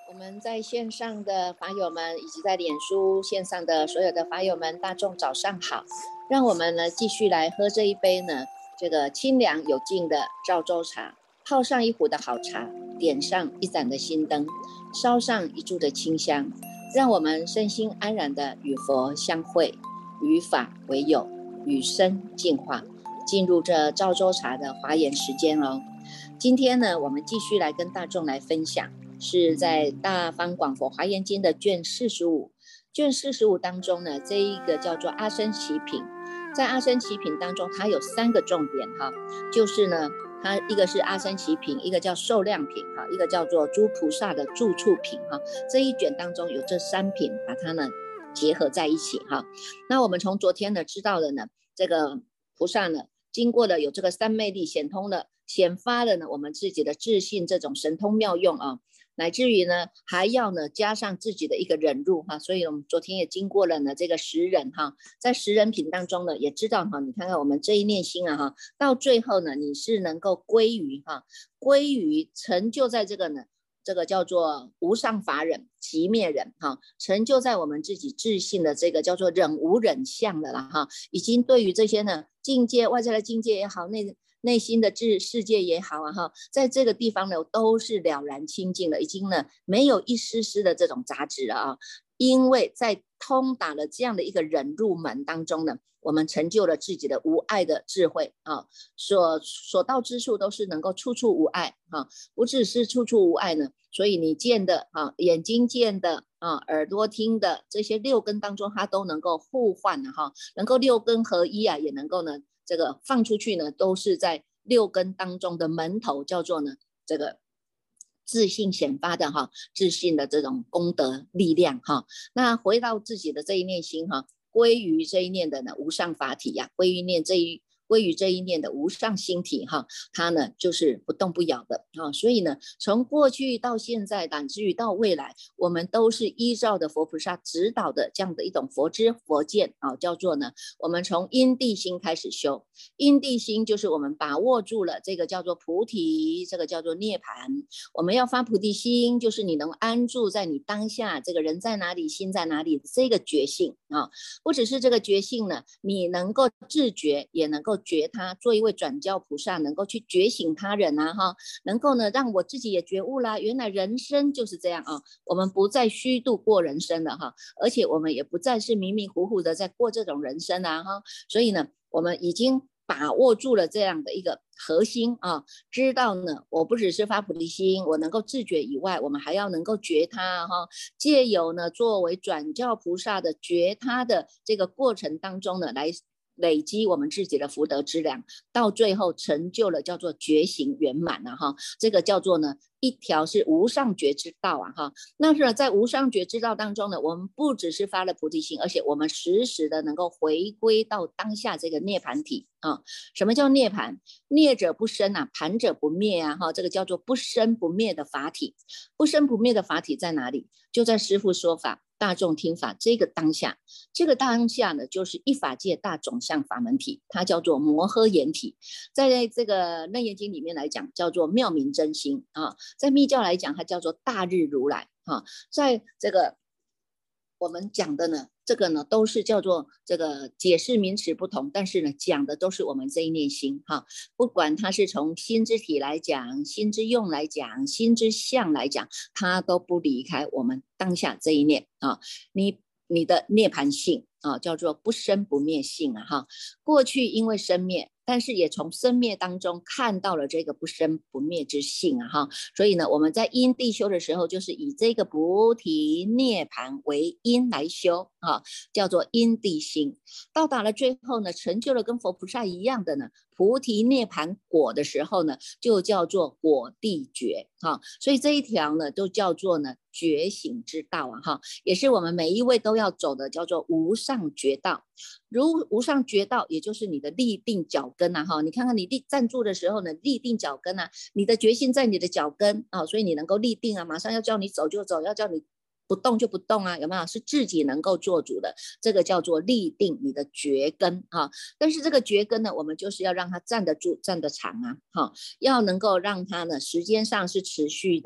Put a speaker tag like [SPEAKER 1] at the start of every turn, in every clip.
[SPEAKER 1] 我们在线上的法友们，以及在脸书线上的所有的法友们，大众早上好！让我们呢继续来喝这一杯呢这个清凉有劲的赵州茶，泡上一壶的好茶，点上一盏的心灯，烧上一柱的清香，让我们身心安然的与佛相会，与法为友，与生进化，进入这赵州茶的华严时间哦。今天呢，我们继续来跟大众来分享。是在大方广佛华严经的卷45，卷45当中呢，这一个叫做阿僧祇品，在阿僧祇品当中，它有3个重点哈，就是呢，它一个是阿僧祇品，一个叫受量品哈，一个叫做诸菩萨的住处品哈，这一卷当中有这3品，把它呢结合在一起哈。那我们从昨天呢知道了呢，这个菩萨呢，经过了有这个三昧力显通了，显发了呢我们自己的自信这种神通妙用啊。乃至于呢，还要呢加上自己的一个忍辱哈，所以我们昨天也经过了呢这个10忍哈，在10忍品当中呢，也知道哈，你看看我们这一念心啊哈，到最后呢，你是能够归于成就在这个呢，这个叫做无上法忍、寂灭忍哈，成就在我们自己自信的这个叫做忍无忍相的了哈，已经对于这些呢境界、外在的境界也好，内心的世界也好啊哈，在这个地方呢都是了然清净了，已经呢没有一丝丝的这种杂质了啊。因为在通达了这样的一个忍入门当中呢，我们成就了自己的无碍的智慧啊，所到之处都是能够处处无碍啊，不只是处处无碍呢，所以你见的啊，眼睛见的啊，耳朵听的这些6根当中，它都能够互换的哈，能够6根合一啊，也能够呢。这个放出去呢，都是在6根当中的门头，叫做呢这个自信显发的哈，自信的这种功德力量哈。那回到自己的这一念心哈，归于这一念的呢无上法体呀，归于这一念的无上心体哈，它呢就是不动不摇的啊。所以呢，从过去到现在，乃至于到未来，我们都是依照的佛菩萨指导的这样的一种佛知佛见啊，叫做呢，我们从因地心开始修。因地心就是我们把握住了这个叫做菩提，这个叫做涅槃。我们要发菩提心，就是你能安住在你当下，这个人在哪里，心在哪里，这个觉性啊，不只是这个觉性呢，你能够自觉，也能够觉他，做一位转教菩萨，能够去觉醒他人啊哈，能够呢让我自己也觉悟啦，原来人生就是这样啊，我们不再虚度过人生了哈，而且我们也不再是迷迷糊糊的在过这种人生啊哈，所以呢，我们已经把握住了这样的一个核心啊，知道呢，我不只是发菩提心，我能够自觉以外，我们还要能够觉他哈，借由呢作为转教菩萨的觉他的这个过程当中呢，来累积我们自己的福德之粮，到最后成就了叫做觉醒圆满了哈，这个叫做呢一条是无上觉之道啊哈。那是在无上觉之道当中呢，我们不只是发了菩提心，而且我们时时的能够回归到当下这个涅槃体啊。什么叫涅槃？涅者不生啊，盘者不灭啊哈，这个叫做不生不灭的法体。不生不灭的法体在哪里？就在师父说法。大众听法这个当下，这个当下呢，就是一法界大种相法门体，它叫做摩诃言体。在这个楞严经里面来讲，叫做妙明真心啊；在密教来讲，它叫做大日如来啊。在这个我们讲的呢，这个呢都是叫做这个解释名词不同，但是呢讲的都是我们这一念心哈。不管它是从心之体来讲、心之用来讲、心之相来讲，它都不离开我们当下这一念啊。你的涅槃性啊，叫做不生不灭性啊哈。过去因为生灭，但是也从生灭当中看到了这个不生不灭之性啊哈。所以呢，我们在因地修的时候，就是以这个菩提涅槃为因来修啊，叫做因地心。到达了最后呢，成就了跟佛菩萨一样的呢，菩提涅槃果的时候呢，就叫做果地觉哈。所以这一条呢，都叫做呢觉醒之道啊哈，也是我们每一位都要走的，叫做无上觉道。如无上觉道，也就是你的立定脚跟啊哈。你看看你站住的时候呢，立定脚跟啊，你的决心在你的脚跟啊，所以你能够立定啊，马上要叫你走就走，要叫你不动就不动啊，有没有？是自己能够做主的，这个叫做立定你的觉根啊。但是这个觉根呢，我们就是要让它站得住、站得长啊，哈，要能够让它呢时间上是持续的。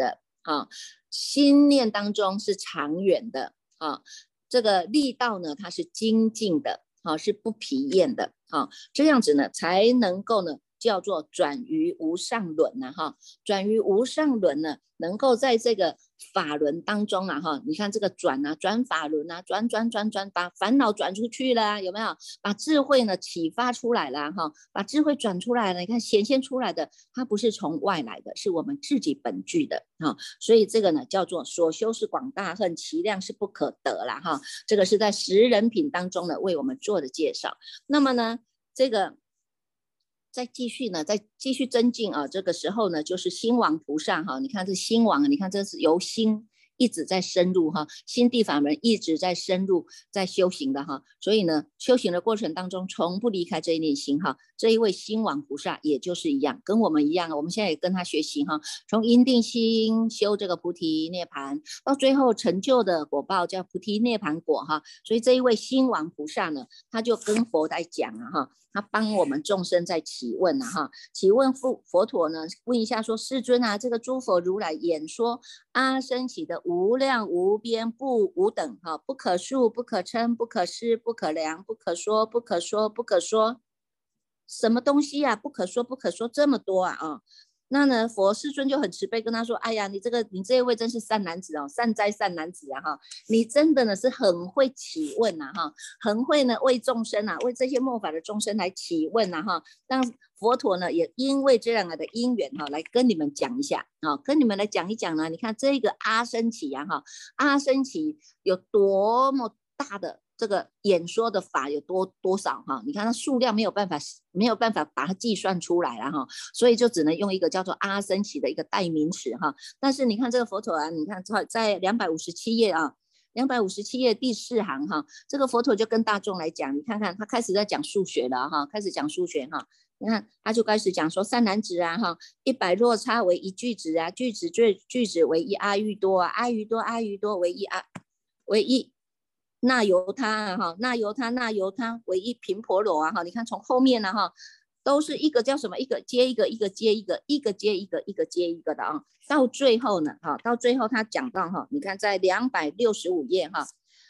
[SPEAKER 1] 啊，心念当中是长远的啊，这个力道呢它是精进的啊，是不疲厌的啊，这样子呢才能够呢叫做转于无上轮呐哈，转于无上轮呢，能够在这个法轮当中啊哈，你看这个转啊，转法轮啊，转，把烦恼转出去了，有没有？把智慧呢启发出来了哈，把智慧转出来了，你看显现出来的，它不是从外来的，是我们自己本具的哈，所以这个呢叫做所修是广大恨，其量是不可得啦哈，这个是在十人品当中呢为我们做的介绍。那么呢，这个再继续呢，再继续增进啊，这个时候呢，就是心王菩萨哈，你看这心王，你看这是由心一直在深入哈，心地法门一直在深入在修行的哈，所以呢，修行的过程当中从不离开这一念心哈，这一位心王菩萨也就是一样，跟我们一样，我们现在也跟他学习哈，从因定心修这个菩提涅盘，到最后成就的果报叫菩提涅盘果哈，所以这一位心王菩萨呢，他就跟佛在讲啊哈。他帮我们众生在起问啊哈，起问佛陀呢，问一下说，世尊啊，这个诸佛如来演说阿僧祇的无量无边不无等哈，不可数不可称不可思不可量不可说不可说不可说，什么东西啊？不可说不可说这么多啊那呢，佛世尊就很慈悲跟他说：“哎呀，你这一位真是善男子哦，善哉善男子啊哈！你真的呢是很会起问呐哈，很会呢为众生啊，为这些末法的众生来起问呐哈。让佛陀呢也因为这样的因缘哈，来跟你们讲一下啊，跟你们来讲一讲呢。你看这个阿僧祇啊哈，阿僧祇有多么大的。”这个演说的法有多少哈？你看它数量没有办法把它计算出来了哈，所以就只能用一个叫做阿僧祇的一个代名词哈。但是你看这个佛陀啊，你看在257页啊，257页第4行哈，这个佛陀就跟大众来讲，你看看他开始在讲数学了哈，开始讲数学哈。你看，他就开始讲说善男子啊，哈，100落差为一句子啊，句子为一阿育多啊，阿育多为一那由他哈，那由他为一频婆罗啊哈，你看从后面呢哈，都是一个叫什么，一个接一个，一个接一个，一个接一个，一个接一个的啊。到最后呢，哈，到最后他讲到哈，你看在265页哈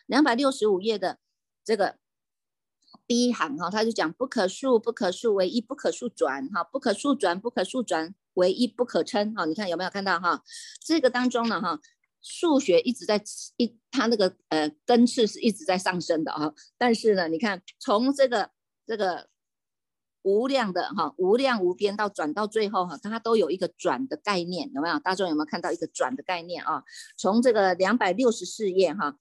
[SPEAKER 1] ，265页的这个第一行哈，他就讲不可数为一，不可数转哈，不可数转为一，不可称哈。你看有没有看到哈？这个当中呢哈。数学一直在它那个根次是一直在上升的啊，但是呢，你看从这个无量的哈，无量无边到转到最后哈，它都有一个转的概念，有没有？大众有没有看到一个转的概念啊？从这个264页哈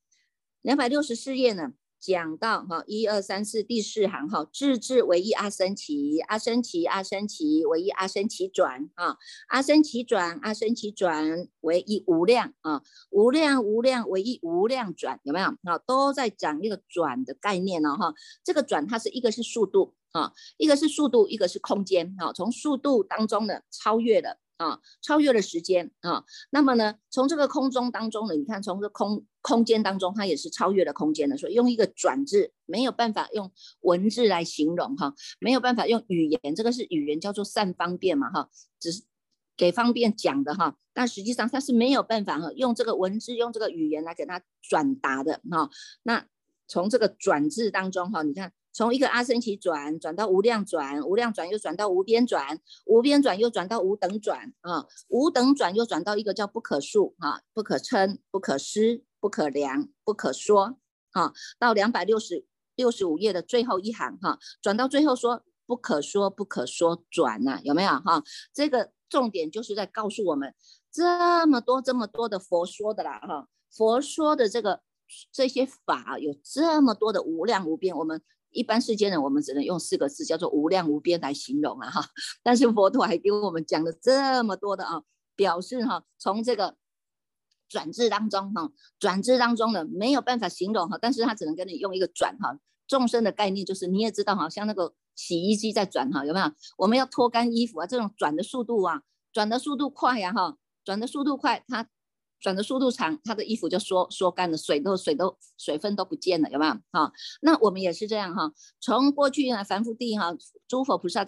[SPEAKER 1] ，264页呢。讲到哈1、2、3、4第4行哈，智为一阿僧祇，阿僧祇为一阿僧祇转啊，阿僧祇转为一无量啊，无量为一无量转，有没有？啊，都在讲一个转的概念呢哈。这个转它是一个是速度啊，一个是速度，一个是空间啊。从速度当中呢超越了。超越了时间啊，那么呢，从这个空中当中呢，你看从这空间当中，它也是超越了空间的，所以用一个转字没有办法用文字来形容哈，没有办法用语言，这个是语言叫做善方便嘛哈，只是给方便讲的哈，但实际上它是没有办法用这个文字用这个语言来给它转达的哈。那从这个转字当中哈，你看。从一个阿僧祇转到无量转，无量转又转到无边转，无边转又转到无等转啊，无等转又转到一个叫不可数啊，不可称，不可思，不可量，不可说啊。到265页的最后一行哈，转到最后说不可说，不可说转啊，有没有哈？这个重点就是在告诉我们，这么多的佛说的啦哈，佛说的这些法有这么多的无量无边，我们。一般世间人，我们只能用4个字叫做无量无边来形容啊哈，但是佛陀还给我们讲了这么多的啊，表示哈，从这个转字当中哈，转字当中呢没有办法形容哈，但是他只能跟你用一个转哈，众生的概念就是你也知道哈，像那个洗衣机在转哈，有没有？我们要脱干衣服啊，这种转的速度啊，转的速度快呀哈，转的速度快，它。转的速度长，它的衣服就缩干了，水分都不见了，有没有？那我们也是这样哈。从过去呢，凡夫地哈，诸佛菩萨在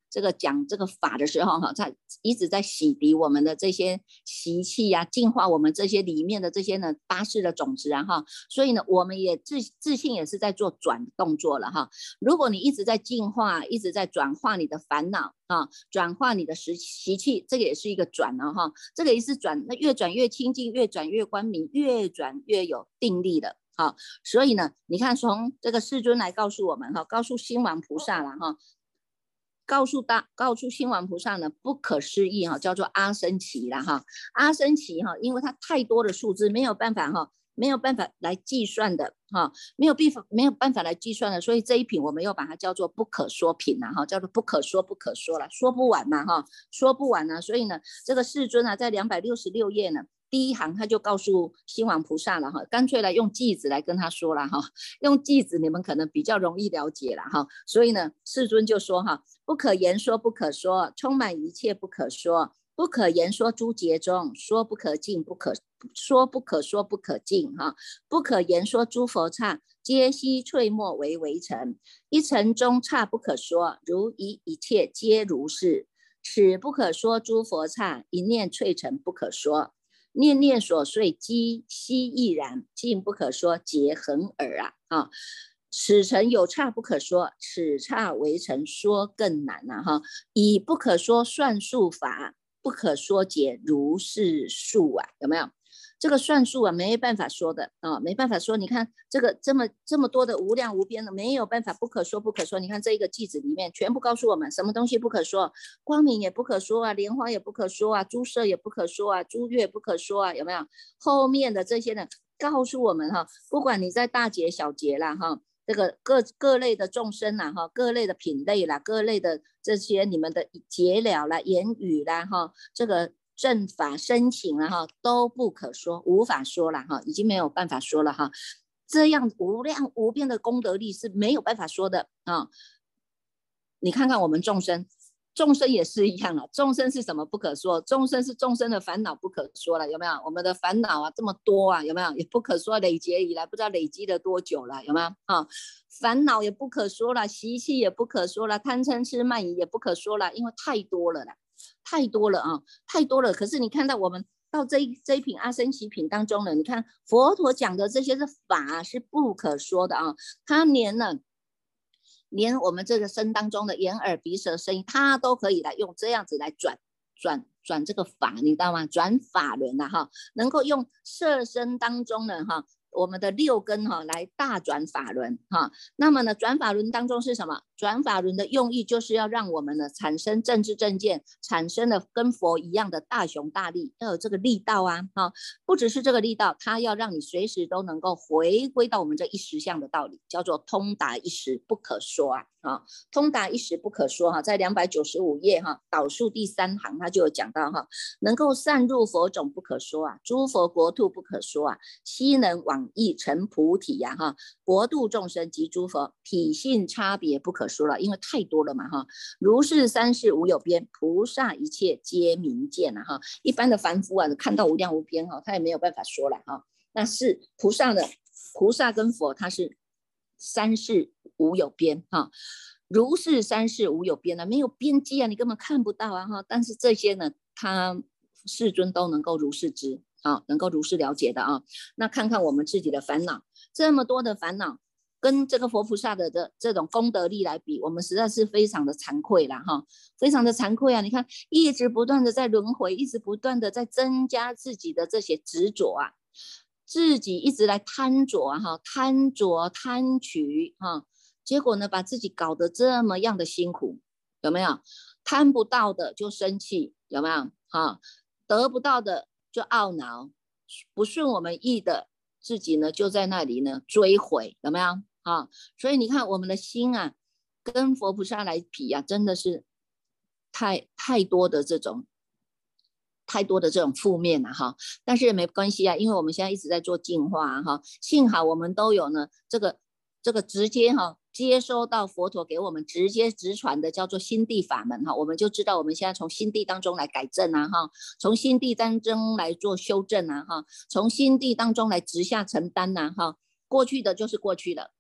[SPEAKER 1] 这个讲这个法的时候哈，他一直在洗涤我们的这些习气啊，净化我们这些里面的这些呢八识的种子啊哈，所以呢，我们也自信也是在做转动作了哈。如果你一直在净化，一直在转化你的烦恼啊，转化你的习气，这个也是一个转了哈，这个也是转，那越转越清净，越转越光明，越转越有定力的。好，所以呢，你看从这个世尊来告诉我们哈，告诉星王菩萨了哈，告诉星王菩萨呢，不可思议哈，叫做阿僧祇啦哈，阿僧祇哈，因为它太多的数字没有办法哈，没有办法来计算的哈，没有办法来计算的，所以这一品我们又把它叫做不可说品啦哈，叫做不可说了，说不完嘛哈，说不完啊，所以呢，这个世尊啊，在266页呢。第一行他就告诉星王菩萨了哈，干脆来用偈子来跟他说了哈，用偈子你们可能比较容易了解了哈，所以呢，世尊就说哈，不可言说不可说，充满一切不可说，不可言说诸劫中，说不可尽不可说不可说不可尽哈，不可言说诸佛刹，皆悉淬没为微尘，一尘中刹不可说，如一切皆如是，此不可说诸佛刹，一念淬尘不可说。念念所遂机悉亦然，尽不可说，结恒耳啊！此尘有刹不可说，此刹为尘说更难啊！哈，以不可说算数法，不可说解如是数啊，有没有？这个算数啊，没办法说的啊，没办法说。你看这个这么多的无量无边的，没有办法不可说不可说。你看这一个偈子里面全部告诉我们，什么东西不可说？光明也不可说啊，莲花也不可说啊，诸色也不可说啊，诸乐不可说啊，有没有？后面的这些呢，告诉我们哈，不管你在大劫小劫啦哈。这个各类的众生啦哈，各类的品类啦，各类的这些你们的结了啦、言语啦哈，这个正法申请了哈，都不可说，无法说了哈，已经没有办法说了哈。这样无量无边的功德力是没有办法说的啊！你看看我们众生也是一样了，众生是什么不可说？众生是众生的烦恼不可说了，有没有？我们的烦恼啊这么多啊，有没有？也不可说，累劫以来不知道累积了多久了，有没有啊？烦恼也不可说了，习气也不可说了，贪嗔痴慢疑也不可说了，因为太多了啦，太多了啊，太多了。可是你看到我们到这一品阿僧祇品当中呢，你看佛陀讲的这些是法是不可说的啊，他连我们这个身当中的眼耳鼻舌身意，他都可以来用这样子来转这个法，你知道吗？转法轮啊哈，能够用色身当中的哈。我们的六根哈来大转法轮哈，那么呢转法轮当中是什么？转法轮的用意就是要让我们呢产生正知正见，产生了跟佛一样的大雄大力，要有这个力道啊哈，不只是这个力道，它要让你随时都能够回归到我们这一实相的道理，叫做通达一时不可说啊，通达一时不可说哈，在295页哈导数第3行他就有讲到哈，能够散入佛种不可说啊，诸佛国土不可说啊，悉能往诣成菩提呀哈，国度众生及诸佛体性差别不可说了，因为太多了嘛哈，如是三世无有边，菩萨一切皆明见啊哈，一般的凡夫啊看到无量无边哈，他也没有办法说了哈，那是菩萨的菩萨跟佛他是三世无有边哈，如是三世无有边啊，没有边际啊，你根本看不到啊哈，但是这些呢，他世尊都能够如是知啊，能够如是了解的啊。那看看我们自己的烦恼，这么多的烦恼，跟这个佛菩萨的这种功德力来比，我们实在是非常的惭愧啦哈，非常的惭愧啊！你看，一直不断的在轮回，一直不断的在增加自己的这些执着啊。自己一直来贪着啊哈，贪着贪取哈，结果呢把自己搞得这么样的辛苦，有没有？贪不到的就生气，有没有？哈，得不到的就懊恼，不顺我们意的自己呢就在那里呢追悔，有没有？啊，所以你看我们的心啊，跟佛菩萨来比啊，真的是太多的这种。太多的这种负面了哈，但是没关系啊，因为我们现在一直在做净化哈，幸好我们都有呢这个直接哈接收到佛陀给我们直接直传的叫做心地法门哈，我们就知道我们现在从心地当中来改正啊哈，从心地当中来做修正啊哈，从心地当中来直下承担呐哈，过去的就是过去了，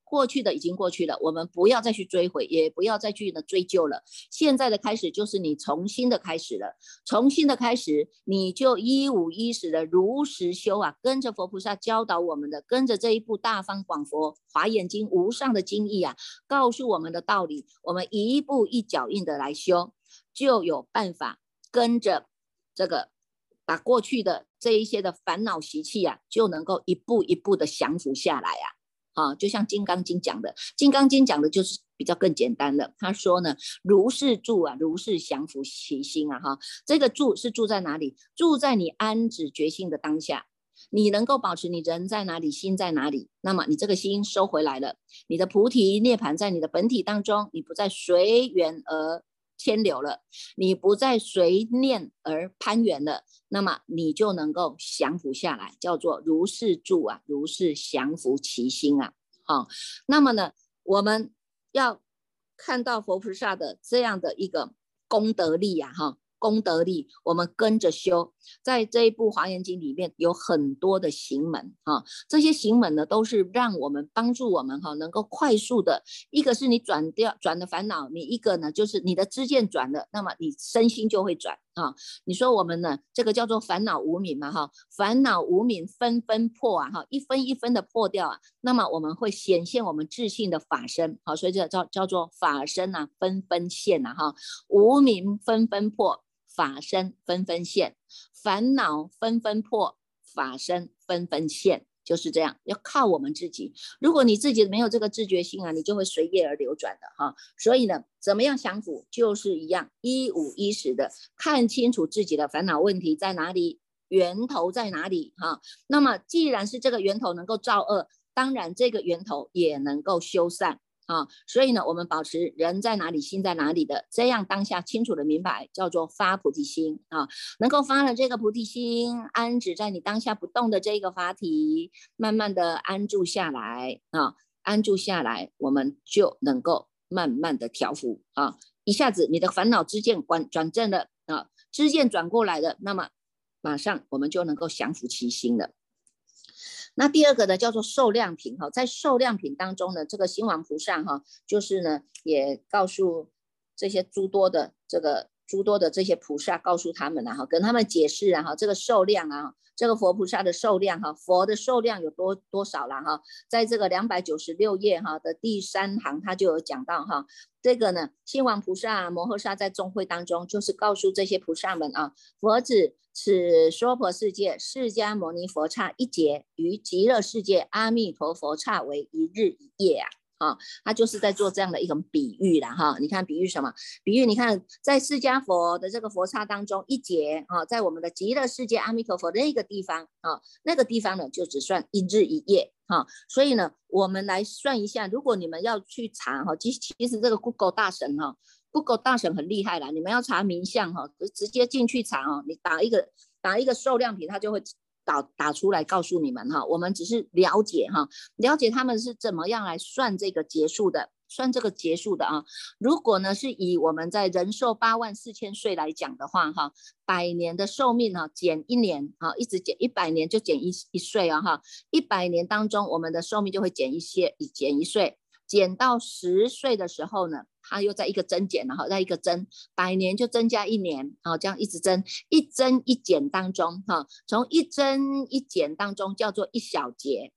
[SPEAKER 1] 过去的已经过去了，我们不要再去追悔，也不要再去追究了。现在的开始就是你重新的开始了，重新的开始，你就一五一十的如实修啊，跟着佛菩萨教导我们的，跟着这一部大方广佛华严经无上的经义啊，告诉我们的道理，我们一步一脚印的来修，就有办法跟着这个把过去的这一些的烦恼习气啊，就能够一步一步的降服下来就像金刚经讲的，金刚经讲的就是比较更简单的，他说呢，如是住啊，如是降伏其心这个住是住在哪里？住在你安止觉性的当下，你能够保持你人在哪里，心在哪里，那么你这个心收回来了，你的菩提涅槃在你的本体当中，你不再随缘而牵流了，你不再随念而攀缘了，那么你就能够降服下来，叫做如是住啊，如是降伏其心啊。那么呢，我们要看到佛菩萨的这样的一个功德力功德力，我们跟着修。在这一部华严经里面有很多的行门这些行门呢，都是让我们帮助我们能够快速的，一个是你转的烦恼，你一个呢就是你的知见转了，那么你身心就会转你说我们呢，这个叫做烦恼无明嘛烦恼无明分分破一分一分的破掉那么我们会显现我们自信的法身所以这叫做法身分分现无明分分破，法身分分现，烦恼分分破，法身分分现，就是这样，要靠我们自己。如果你自己没有这个自觉性你就会随业而流转的所以呢，怎么样降伏？就是一样，一五一十的看清楚自己的烦恼问题在哪里，源头在哪里那么既然是这个源头能够造恶，当然这个源头也能够修善所以呢，我们保持人在哪里，心在哪里的这样当下清楚的明白，叫做发菩提心能够发了这个菩提心，安止在你当下不动的这个法体，慢慢的安住下来安住下来，我们就能够慢慢的调伏一下子你的烦恼知见转正了知见转过来了，那么马上我们就能够降伏其心了。那第二个呢，叫做受量品在受量品当中呢，这个兴王菩萨就是呢，也告诉这些诸多的这些菩萨，告诉他们跟他们解释这个受量这个佛菩萨的受量佛的受量有多少了在这个296页的第3行，他就有讲到这个呢，兴王菩萨摩诃萨在众会当中，就是告诉这些菩萨们佛子此娑婆世界释迦牟尼佛刹一劫，于极乐世界阿弥陀佛刹为一日一夜他就是在做这样的一种比喻啦你看比喻什么？比喻你看在释迦佛的这个佛刹当中一劫在我们的极乐世界阿弥陀佛的那个地方那个地方呢就只算一日一夜所以呢我们来算一下，如果你们要去查其实这个 Google 大神Google 大神很厉害啦，你们要查名相直接进去查你打一个受量品，它就会打出来告诉你们我们只是了解他们是怎么样来算这个结束的，如果呢是以我们在人寿84000岁来讲的话100年的寿命减1年一直减100年就减一岁100年当中我们的寿命就会减一岁，减到10岁的时候呢，它又在一个增减在一个增，100年就增加1年这样一直增，一增一减当中从一增一减当中叫做一小节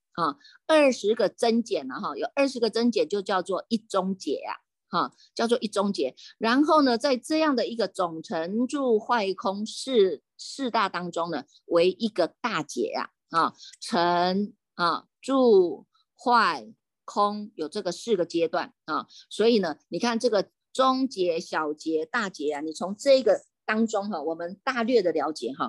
[SPEAKER 1] 20个增减有20个增减就叫做一中节叫做一中节。然后呢，在这样的一个总成住坏空四大当中呢，为一个大节成住坏空有这个4个阶段所以呢，你看这个中节、小节、大节你从这个当中我们大略的了解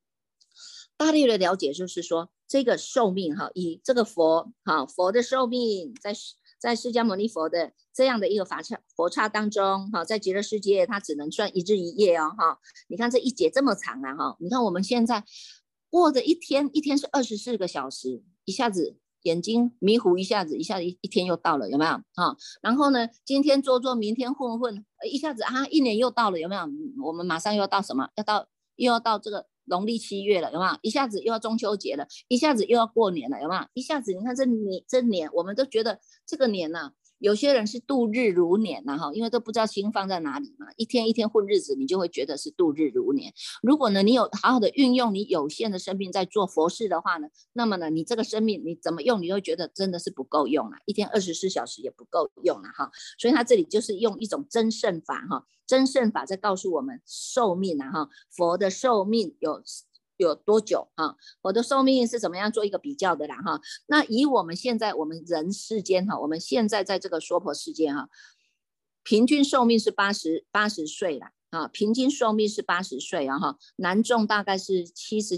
[SPEAKER 1] 就是说，这个寿命以这个佛的寿命在释迦牟尼佛的这样的一个佛刹当中在极乐世界它只能算一日一夜你看这一节这么长你看我们现在过的一天是24个小时，一下子眼睛迷糊，一下子一天又到了，有没有然后呢，今天做明天混，一下子1年又到了，有没有？我们马上又要到什么？又要到这个农历7月了，有没有？一下子又要中秋节了，一下子又要过年了，有没有？一下子你看这年，我们都觉得这个年啊，有些人是度日如年呐，哈，因为都不知道心放在哪里嘛，一天一天混日子，你就会觉得是度日如年。如果呢，你有好好的运用你有限的生命在做佛事的话呢，那么呢，你这个生命你怎么用，你会觉得真的是不够用啊，一天24小时也不够用了哈。所以他这里就是用一种真胜法哈，真胜法在告诉我们寿命啊哈，佛的寿命有多久啊？我的寿命是怎么样做一个比较的啦哈？那以我们现在我们人世间哈，我们现在在这个娑婆世界哈，平均寿命是80岁啦啊，平均寿命是80岁啊哈，男众大概是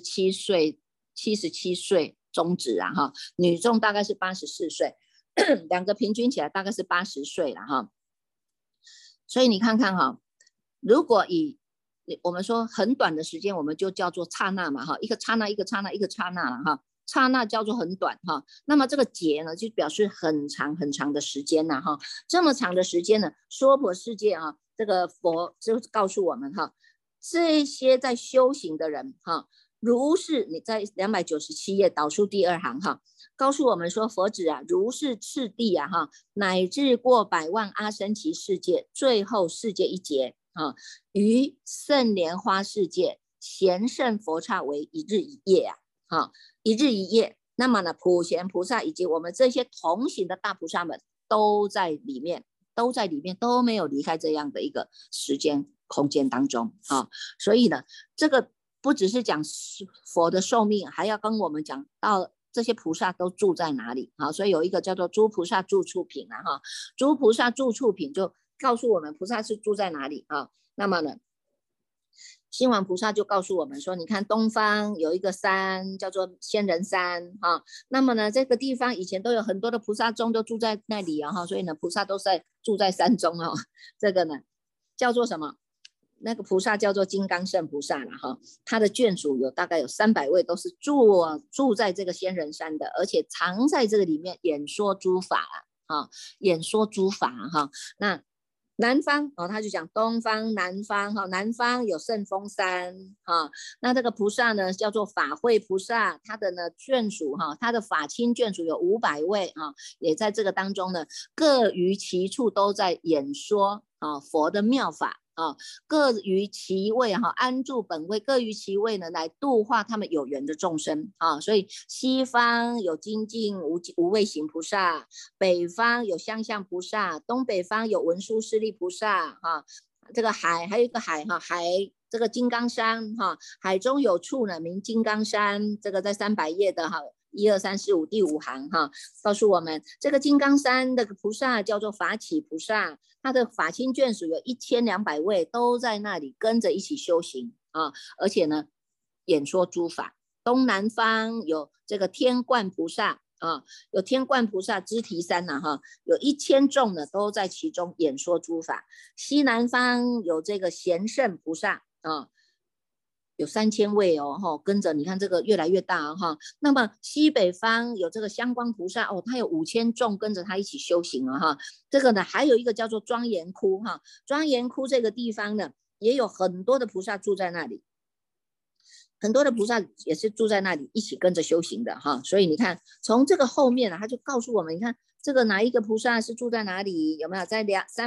[SPEAKER 1] 77岁终止啊哈，女众大概是84岁，两个平均起来大概是80岁了哈。所以你看看哈，如果我们说很短的时间，我们就叫做刹那嘛哈，一个刹那一个刹那一个刹那了哈，刹那叫做很短哈。那么这个劫呢，就表示很长很长的时间呐哈。这么长的时间呢，娑婆世界啊，这个佛就告诉我们哈，这些在修行的人哈，如是你在297页导数第2行哈，告诉我们说，佛子啊，如是次第啊哈，乃至过100万阿僧祇世界，最后世界一劫。啊，于圣莲花世界，贤圣佛刹为1日1夜啊，啊，1日1夜。那么呢，普贤菩萨以及我们这些同行的大菩萨们都在里面，都没有离开这样的一个时间空间当中啊。所以呢，这个不只是讲佛的寿命，还要跟我们讲到这些菩萨都住在哪里啊。所以有一个叫做诸菩萨住处品啊哈，诸菩萨住处品就告诉我们菩萨是住在哪里啊？那么呢，星王菩萨就告诉我们说，你看东方有一个山叫做仙人山哈，那么呢，这个地方以前都有很多的菩萨宗都住在那里啊哈，所以呢，菩萨都住在山中啊。这个呢叫做什么？那个菩萨叫做金刚圣菩萨了哈，他的眷属大概有300位，都是住在这个仙人山的，而且常在这个里面演说诸法啊，演说诸法哈。那南方哦，他就讲东方、南方哈，南方有圣峰山哈，那这个菩萨呢叫做法会菩萨，他的呢眷属哈，他的法亲眷属有500位啊，也在这个当中呢，各于其处都在演说啊佛的妙法。啊，各于其位哈，安住本位，各于其位呢，来度化他们有缘的众生啊。所以西方有精进无畏行菩萨，北方有相向菩萨，东北方有文殊师利菩萨啊。这个海还有一个海哈，海这个金刚山哈，海中有处呢，名金刚山。这个在300页的哈。1、2、3、4、5第5行哈，告诉我们这个金刚山的菩萨叫做法起菩萨，他的法亲眷属有1200位，都在那里跟着一起修行啊，而且呢演说诸法。东南方有这个天冠菩萨啊，有天冠菩萨支提山呐哈，有1000众呢都在其中演说诸法。西南方有这个贤圣菩萨啊。有3000位哦，跟着你看这个越来越大哈。那么西北方有这个香光菩萨哦，他有5000众跟着他一起修行哈。这个呢，还有一个叫做庄严窟哈，庄严窟这个地方呢，也有很多的菩萨住在那里，很多的菩萨也是住在那里一起跟着修行的哈。所以你看，从这个后面他就告诉我们，你看。这个哪一个菩萨是住在哪里？有没有在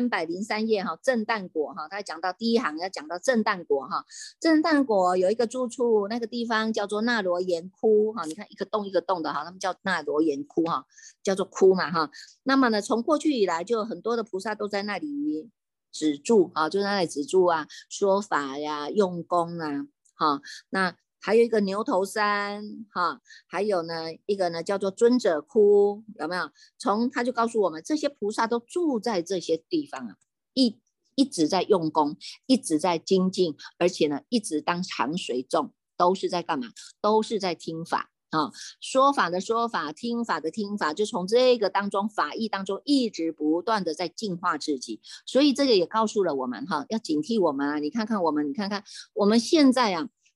[SPEAKER 1] 303页哈？正旦果哈，他讲到第1行要讲到正旦果哈。正旦果有一个住处，那个地方叫做那罗延窟哈。你看一个洞一个洞的哈，他们叫那罗延窟哈，叫做窟嘛哈。那么呢，从过去以来就有很多的菩萨都在那里止住啊，就在那里止住啊，说法呀，用功啊，哈，那。还有一个牛头山哈，还有呢一个呢叫做尊者窟，有没有？他就告诉我们，这些菩萨都住在这些地方啊，一直在用功，一直在精进，而且呢一直当常随众，都是在干嘛？都是在听法啊，说法的说法，听法的听法，就从这个当中法义当中一直不断的在净化自己。所以这个也告诉了我们哈，要警惕我们啊！你看看我们现在啊。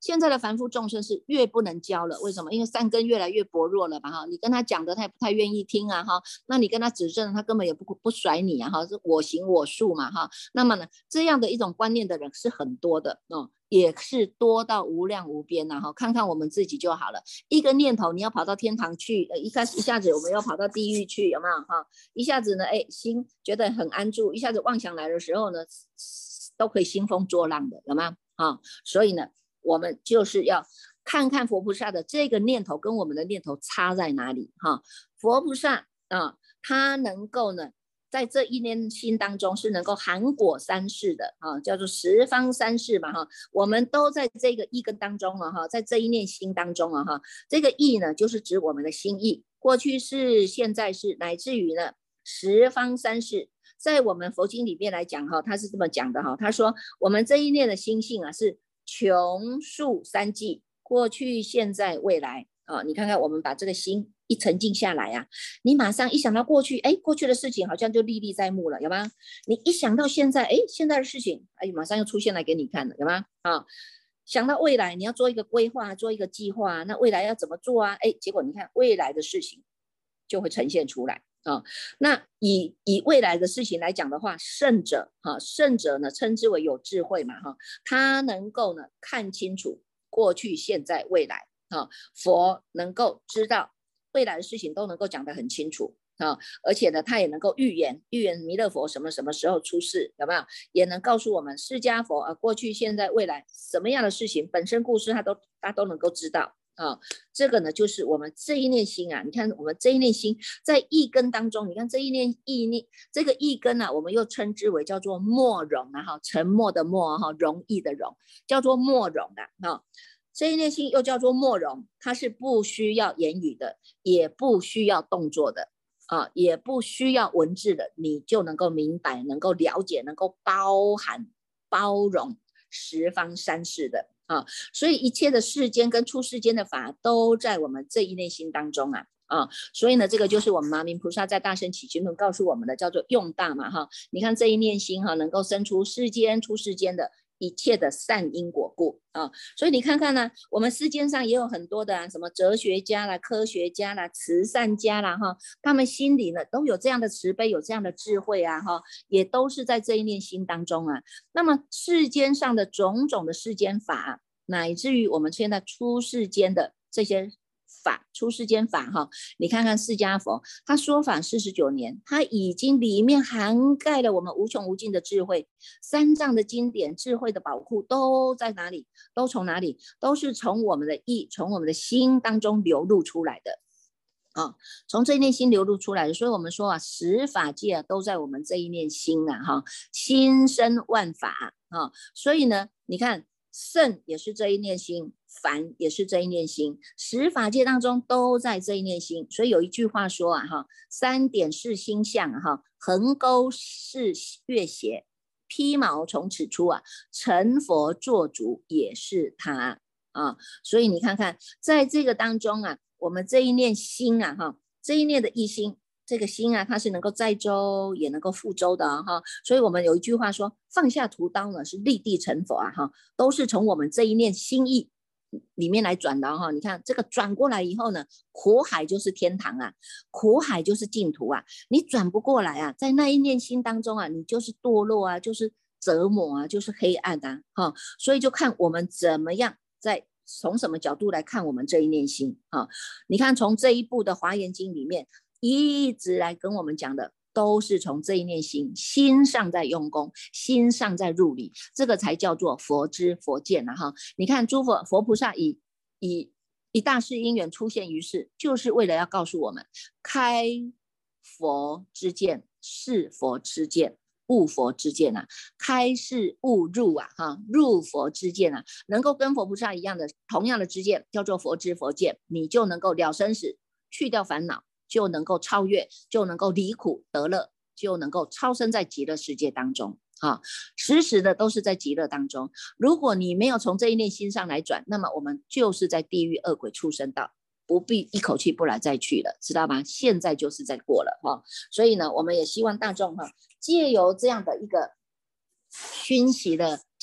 [SPEAKER 1] 现在的凡夫众生是越不能教了，为什么？因为善根越来越薄弱了嘛哈，你跟他讲的他也不太愿意听啊哈，那你跟他指正他根本也不甩你啊哈，是我行我素嘛哈。那么呢，这样的一种观念的人是很多的哦，也是多到无量无边呐哈。看看我们自己就好了，一个念头你要跑到天堂去，一下子我们要跑到地狱去，有没有哈？一下子呢，心觉得很安住，一下子妄想来的时候呢，都可以兴风作浪的，有吗？啊，所以呢，我们就是要看看佛菩萨的这个念头跟我们的念头差在哪里哈。佛菩萨啊，他能够呢，在这一念心当中是能够含果三世的啊，叫做十方三世嘛哈。我们都在这个意根当中啊哈，在这一念心当中啊哈，这个意呢，就是指我们的心意，过去是、现在是，乃至于呢十方三世。在我们佛经里面来讲哈，他是这么讲的哈，他说我们这一念的心性啊是穷数三际，过去、现在、未来啊。你看看我们把这个心一沉静下来啊，你马上一想到过去，过去的事情好像就历历在目了，有吗？你一想到现在，现在的事情，马上又出现来给你看了，有吗？啊，想到未来，你要做一个规划，做一个计划，那未来要怎么做啊？结果你看未来的事情就会呈现出来。那以未来的事情来讲的话，圣者呢称之为有智慧嘛哈，他能够呢看清楚过去、现在、未来佛能够知道未来的事情都能够讲得很清楚而且呢他也能够预言弥勒佛什么时候出世，有没有？也能告诉我们释迦佛过去、现在、未来什么样的事情，本身故事他都能够知道。这个呢就是我们这一念心啊，你看我们这一念心在意根当中，你看这一念这个意根啊，我们又称之为叫做默容啊，沉默的默容易的容，叫做默容的这一念心又叫做默容，它是不需要言语的，也不需要动作的也不需要文字的，你就能够明白，能够了解，能够包含包容十方三世的所以一切的世间跟出世间的法都在我们这一念心当中所以呢，这个就是我们麻明菩萨在大乘起居论告诉我们的，叫做用大嘛你看这一念心能够生出世间、出世间的一切的善因果故所以你看看呢，我们世间上也有很多的什么哲学家啦、科学家啦、慈善家啦他们心里呢都有这样的慈悲，有这样的智慧也都是在这一念心当中那么世间上的种种的世间法，乃至于我们现在出世间的这些法，出世间法你看看释迦佛他说法49年，他已经里面涵盖了我们无穷无尽的智慧，三藏的经典智慧的宝库都在哪里？都从哪里？都是从我们的意，从我们的心当中流露出来的从这一念心流露出来的。所以我们说十法界都在我们这一念心心生万法所以呢你看圣也是这一念心，凡也是这一念心，十法界当中都在这一念心。所以有一句话说三点是心相横钩是月斜，披毛从此出成佛做主也是他所以你看看在这个当中我们这一念心这一念的一心，这个心它是能够载舟也能够覆舟的所以我们有一句话说，放下屠刀呢是立地成佛都是从我们这一念心意里面来转的你看这个转过来以后呢，苦海就是天堂苦海就是净土你转不过来在那一念心当中你就是堕落就是折磨就是黑暗所以就看我们怎么样在从什么角度来看我们这一念心你看从这一部的华严经里面一直来跟我们讲的都是从这一念心，心上在用功，心上在入理，这个才叫做佛知佛见你看诸佛菩萨以大事因缘出现于世，就是为了要告诉我们开佛之见，是佛之见，悟佛之见开示悟入入佛之见能够跟佛菩萨一样的同样的知见，叫做佛知佛见，你就能够了生死，去掉烦恼，就能够超越，就能够离苦得乐，就能够超生在极乐世界当中时时的都是在极乐当中。如果你没有从这一念心上来转，那么我们就是在地狱恶鬼畜生道，不必一口气不来再去了，知道吗？现在就是在过了所以呢，我们也希望大众借由这样的一个熏习的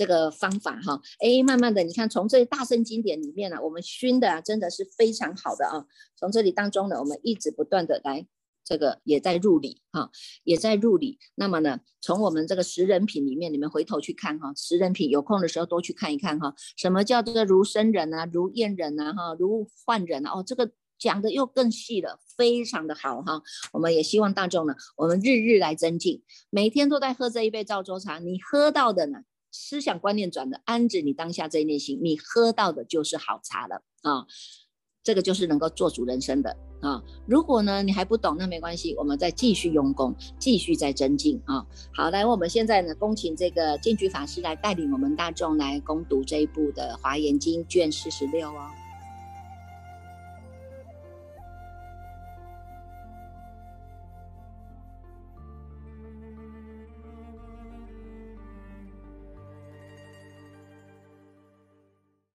[SPEAKER 1] 这个方法哈，慢慢的你看从这些大圣经典里面呢，我们熏的真的是非常好的啊。从这里当中呢，我们一直不断的来这个也在入理哈，也在入理。那么呢，从我们这个十人品里面，你们回头去看哈，十人品有空的时候多去看一看哈，什么叫做如生人啊，如燕人啊哈，如幻人啊，这个讲的又更细了，非常的好哈。我们也希望大众呢，我们日日来增进，每天都在喝这一杯赵州茶，你喝到的呢，思想观念转的安置你当下这一内心，你喝到的就是好茶了啊。这个就是能够做主人生的啊！如果呢你还不懂，那没关系，我们再继续用功，继续再增进啊！好，来，我们现在呢，恭请这个净居法师来带领我们大众来攻读这一部的《华严经》卷46哦。